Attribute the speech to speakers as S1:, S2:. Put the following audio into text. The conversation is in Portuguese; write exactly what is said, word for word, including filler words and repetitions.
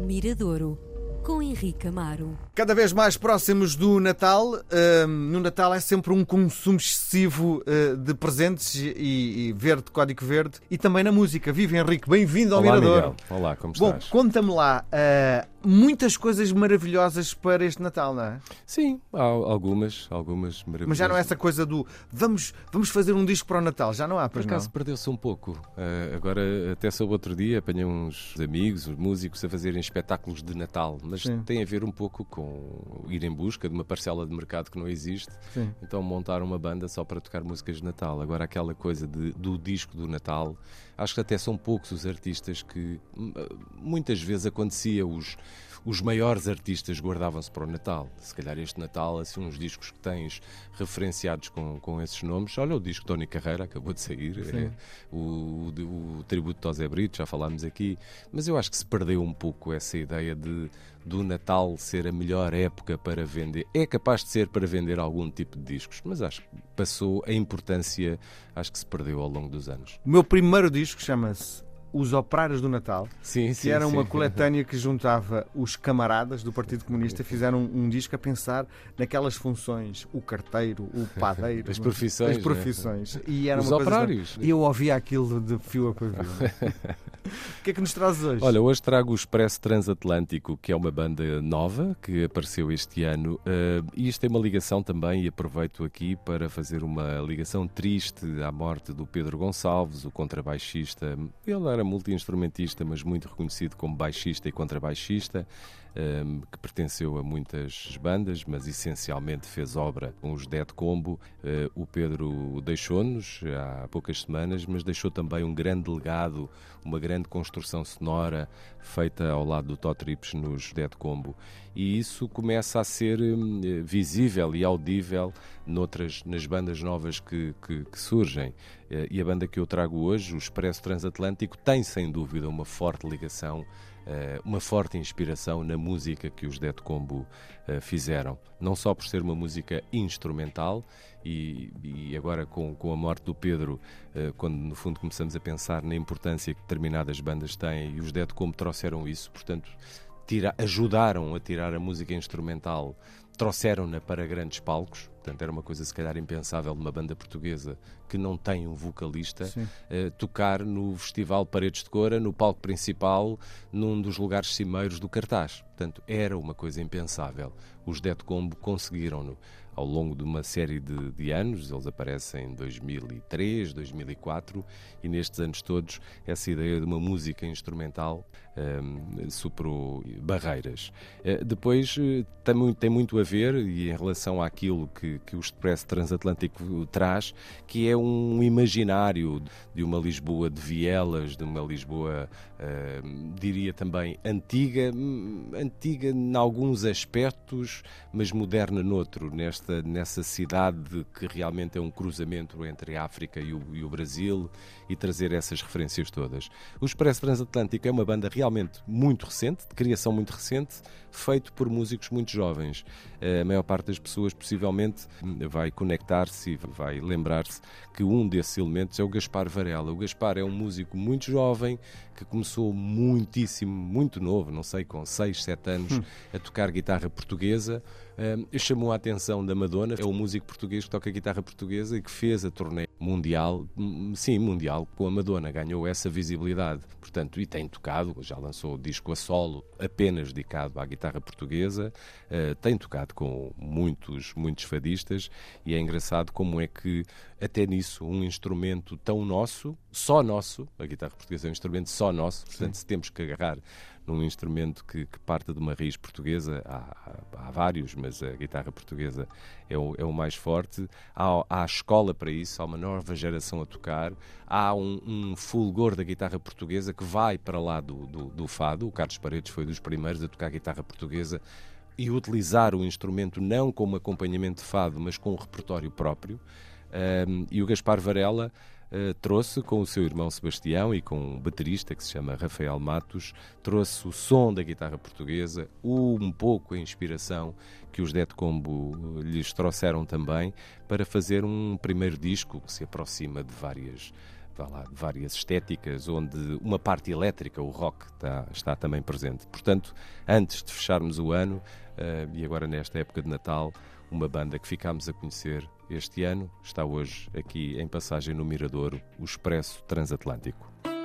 S1: Miradouro, com Henrique Amaro.
S2: Cada vez mais próximos do Natal, uh, no Natal é sempre um consumo excessivo uh, de presentes e, e verde, código verde, e também na música. Viva, Henrique, bem-vindo ao
S3: Olá,
S2: Miradouro.
S3: Miguel. Olá, como
S2: Bom,
S3: estás?
S2: conta-me lá, uh, muitas coisas maravilhosas para este Natal, não é?
S3: Sim, há algumas, algumas maravilhosas.
S2: Mas já não é essa coisa do vamos, vamos fazer um disco para o Natal, já não há,
S3: Por
S2: pois
S3: acaso
S2: não?
S3: perdeu-se um pouco. Uh, agora, até soube outro dia, apanhei uns amigos, os músicos, a fazerem espetáculos de Natal, mas
S2: Sim.
S3: tem a ver um pouco com ir em busca de uma parcela de mercado que não existe.
S2: Sim.
S3: Então montar uma banda só para tocar músicas de Natal. Agora aquela coisa de, do disco do Natal, acho que até são poucos os artistas que muitas vezes acontecia, os, os maiores artistas guardavam-se para o Natal. Se calhar este Natal, assim, uns discos que tens referenciados com, com esses nomes. Olha o disco Tony Carreira, acabou de sair, é, o, o, o tributo de José Brito, já falámos aqui, mas eu acho que se perdeu um pouco essa ideia de do Natal ser a melhor época para vender. É capaz de ser para vender algum tipo de discos, mas acho que passou a importância, acho que se perdeu ao longo dos anos.
S2: O meu primeiro disco chama-se Os Operários do Natal,
S3: Sim,
S2: que
S3: sim,
S2: era uma
S3: sim.
S2: coletânea que juntava os camaradas do Partido Comunista, fizeram um, um disco a pensar naquelas funções, o carteiro, o padeiro,
S3: As profissões,
S2: as profissões. E era
S3: Os
S2: uma coisa
S3: operários.
S2: E eu ouvia aquilo de fio a pavio. O que é que nos trazes hoje?
S3: Olha, hoje trago o Expresso Transatlântico, que é uma banda nova que apareceu este ano, uh, e isto tem uma ligação também, e aproveito aqui para fazer uma ligação triste à morte do Pedro Gonçalves, o contrabaixista. Ele era multi-instrumentista, mas muito reconhecido como baixista e contrabaixista, um, que pertenceu a muitas bandas, mas essencialmente fez obra com os Dead Combo. Uh, o Pedro deixou-nos há poucas semanas, mas deixou também um grande legado, uma grande construção sonora feita ao lado do Tó Trips nos Dead Combo. E isso começa a ser um, visível e audível noutras, nas bandas novas que, que, que surgem. Uh, e a banda que eu trago hoje, o Expresso Transatlântico, tem sem dúvida uma forte ligação, uh, uma forte inspiração na música que os Dead Combo uh, fizeram. Não só por ser uma música instrumental, e, e agora com, com a morte do Pedro, uh, quando no fundo começamos a pensar na importância que determinadas bandas têm, e os Dead Combo trouxeram isso, portanto tira, ajudaram a tirar a música instrumental, trouxeram-na para grandes palcos. Portanto, era uma coisa se calhar impensável de uma banda portuguesa que não tem um vocalista uh, tocar no Festival Paredes de Cora, no palco principal, num dos lugares cimeiros do cartaz. Portanto, era uma coisa impensável. Os Dead Combo conseguiram-no ao longo de uma série de, de anos. Eles aparecem em dois mil e três, dois mil e quatro, e nestes anos todos essa ideia de uma música instrumental um, superou barreiras. Uh, depois uh, tem, muito, tem muito a ver, e em relação àquilo que, que o Expresso Transatlântico traz, que é um imaginário de uma Lisboa de vielas, de uma Lisboa, uh, diria também, antiga, antiga em alguns aspectos, mas moderna noutro, nesta, nessa cidade que realmente é um cruzamento entre a África e o, e o Brasil, e trazer essas referências todas. O Expresso Transatlântico é uma banda realmente muito recente, de criação muito recente, feito por músicos muito jovens. A maior parte das pessoas possivelmente vai conectar-se e vai lembrar-se que um desses elementos é o Gaspar Varela. O Gaspar é um músico muito jovem que começou muitíssimo, muito novo, não sei, com seis, sete anos, hum. a tocar guitarra portuguesa. Um, chamou a atenção da Madonna. É um músico português que toca guitarra portuguesa e que fez a turnê mundial, sim, mundial, com a Madonna. Ganhou essa visibilidade. Portanto, e tem tocado, já lançou o disco a solo apenas dedicado à guitarra portuguesa, uh, tem tocado com muitos, muitos fadistas, e é engraçado como é que até nisso um instrumento tão nosso, só nosso, a guitarra portuguesa é um instrumento só nosso, portanto Sim. se temos que agarrar num instrumento que, que parte de uma raiz portuguesa, há, há, há vários, mas a guitarra portuguesa é o, é o mais forte. Há, há escola para isso, há uma nova geração a tocar, há um, um fulgor da guitarra portuguesa que vai para lá do, do, do fado. O Carlos Paredes foi dos primeiros a tocar guitarra portuguesa e utilizar o instrumento não como acompanhamento de fado, mas com um repertório próprio. Um, e o Gaspar Varela uh, trouxe com o seu irmão Sebastião e com um baterista que se chama Rafael Matos, trouxe o som da guitarra portuguesa, um pouco a inspiração que os Dead Combo lhes trouxeram também, para fazer um primeiro disco que se aproxima de várias vá lá, várias estéticas, onde uma parte elétrica, o rock, está, está também presente. Portanto, antes de fecharmos o ano, uh, e agora nesta época de Natal, uma banda que ficámos a conhecer este ano, está hoje aqui em passagem no Miradouro, o Expresso Transatlântico.